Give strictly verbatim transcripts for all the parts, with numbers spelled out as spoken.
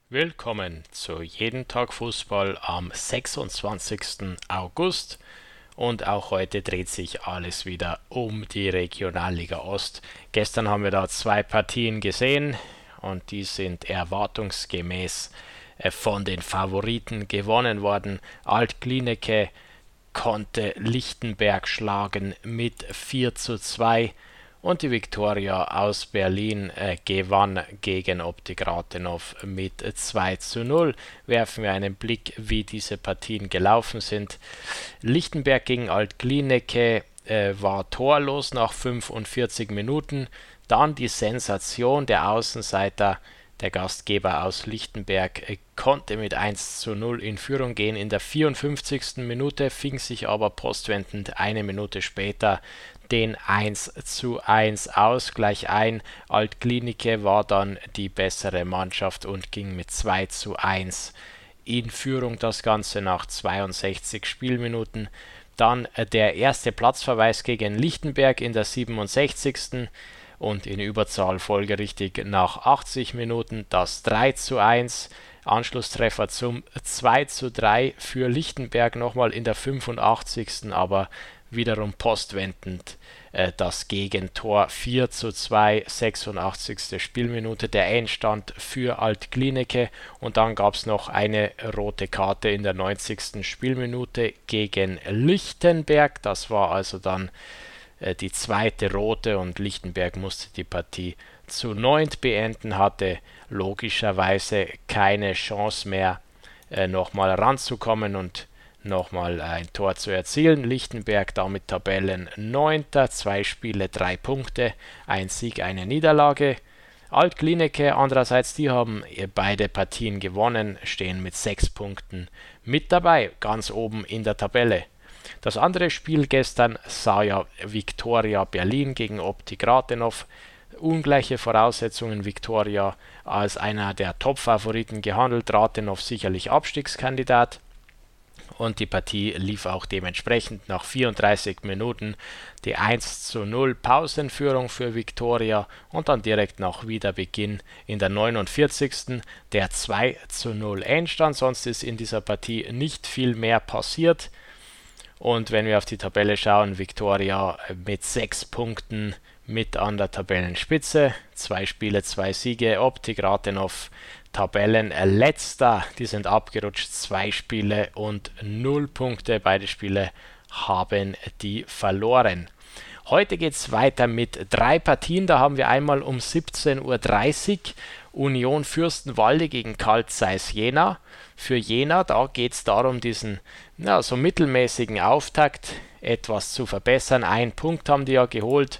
Willkommen zu Jeden Tag Fußball am sechsundzwanzigsten August und auch heute dreht sich alles wieder um die Regionalliga Ost. Gestern haben wir da zwei Partien gesehen und die sind erwartungsgemäß äh, von den Favoriten gewonnen worden. Alt-Glieneke konnte Lichtenberg schlagen mit vier zu zwei. Und die Viktoria aus Berlin äh, gewann gegen Optik Rathenow mit zwei zu null. Werfen wir einen Blick, wie diese Partien gelaufen sind. Lichtenberg gegen Alt-Glieneke äh, war torlos nach fünfundvierzig Minuten. Dann die Sensation der Außenseiter. Der Gastgeber aus Lichtenberg äh, konnte mit eins zu null in Führung gehen. In der vierundfünfzigsten Minute fing sich aber postwendend eine Minute später den eins zu eins Ausgleich ein. Alt-Glieneke war dann die bessere Mannschaft und ging mit zwei zu eins in Führung, das Ganze nach zweiundsechzig Spielminuten. Dann äh, der erste Platzverweis gegen Lichtenberg in der siebenundsechzigsten und in Überzahl folgerichtig nach achtzig Minuten das drei zu eins. Anschlusstreffer zum zwei zu drei für Lichtenberg nochmal in der fünfundachtzigsten aber wiederum postwendend äh, das Gegentor vier zu zwei, sechsundachtzigste Spielminute, der Endstand für Alt-Glieneke und dann gab es noch eine rote Karte in der neunzigsten Spielminute gegen Lichtenberg. Das war also dann äh, die zweite rote und Lichtenberg musste die Partie zu neunt beenden, hatte logischerweise keine Chance mehr äh, nochmal ranzukommen und nochmal ein Tor zu erzielen. Lichtenberg damit Tabellenneunter, zwei Spiele, drei Punkte, ein Sieg, eine Niederlage. Alt-Glieneke andererseits, die haben beide Partien gewonnen, stehen mit sechs Punkten mit dabei, ganz oben in der Tabelle. Das andere Spiel gestern sah ja Viktoria Berlin gegen Optik Rathenow. Ungleiche Voraussetzungen, Viktoria als einer der Top-Favoriten gehandelt, Rathenow sicherlich Abstiegskandidat. Und die Partie lief auch dementsprechend nach vierunddreißig Minuten die eins zu null Pausenführung für Viktoria und dann direkt nach Wiederbeginn in der neunundvierzigsten der zwei zu null Endstand. Sonst ist in dieser Partie nicht viel mehr passiert. Und wenn wir auf die Tabelle schauen, Viktoria mit sechs Punkten mit an der Tabellenspitze, zwei Spiele, zwei Siege, Optik Rathenow Tabellenletzter, die sind abgerutscht, zwei Spiele und null Punkte, beide Spiele haben die verloren. Heute geht es weiter mit drei Partien, da haben wir einmal um siebzehn Uhr dreißig Union Fürstenwalde gegen Carl Zeiss Jena. Für Jena, da geht es darum, diesen ja, so mittelmäßigen Auftakt etwas zu verbessern. Ein Punkt haben die ja geholt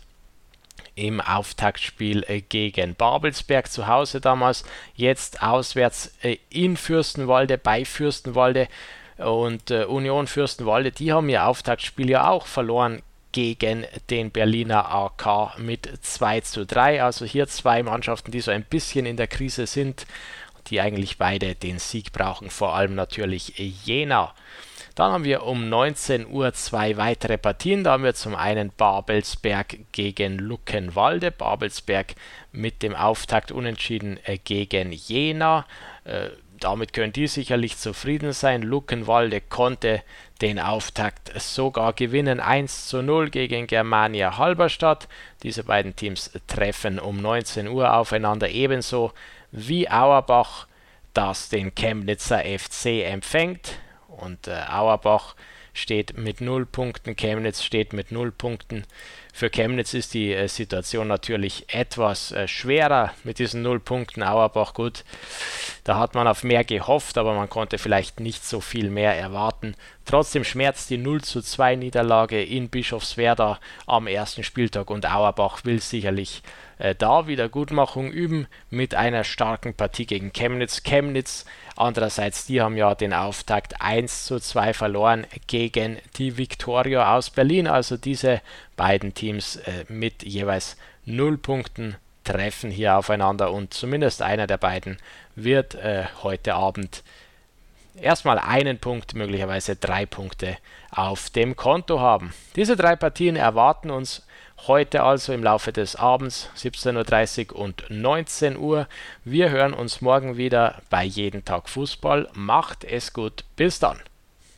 im Auftaktspiel äh, gegen Babelsberg zu Hause damals, jetzt auswärts äh, in Fürstenwalde, bei Fürstenwalde und äh, Union Fürstenwalde, die haben ihr Auftaktspiel ja auch verloren gegen den Berliner A K mit zwei zu drei, also hier zwei Mannschaften, die so ein bisschen in der Krise sind, die eigentlich beide den Sieg brauchen, vor allem natürlich Jena. Dann haben wir um neunzehn Uhr zwei weitere Partien. Da haben wir zum einen Babelsberg gegen Luckenwalde. Babelsberg mit dem Auftakt unentschieden äh, gegen Jena. Äh, damit können die sicherlich zufrieden sein. Luckenwalde konnte den Auftakt sogar gewinnen. eins zu null gegen Germania Halberstadt. Diese beiden Teams treffen um neunzehn Uhr aufeinander. Ebenso wie Auerbach, das den Chemnitzer F C empfängt. Und äh, Auerbach steht mit null Punkten, Chemnitz steht mit null Punkten. Für Chemnitz ist die äh, Situation natürlich etwas äh, schwerer mit diesen null Punkten. Auerbach, gut, da hat man auf mehr gehofft, aber man konnte vielleicht nicht so viel mehr erwarten. Trotzdem schmerzt die null zu zwei Niederlage in Bischofswerda am ersten Spieltag und Auerbach will sicherlich äh, da Wiedergutmachung üben mit einer starken Partie gegen Chemnitz. Chemnitz andererseits, die haben ja den Auftakt eins zu zwei verloren gegen die Viktoria aus Berlin. Also diese beiden Teams äh, mit jeweils null Punkten treffen hier aufeinander und zumindest einer der beiden wird äh, heute Abend erstmal einen Punkt, möglicherweise drei Punkte auf dem Konto haben. Diese drei Partien erwarten uns heute also im Laufe des Abends, siebzehn Uhr dreißig und neunzehn Uhr. Wir hören uns morgen wieder bei Jeden Tag Fußball. Macht es gut, bis dann.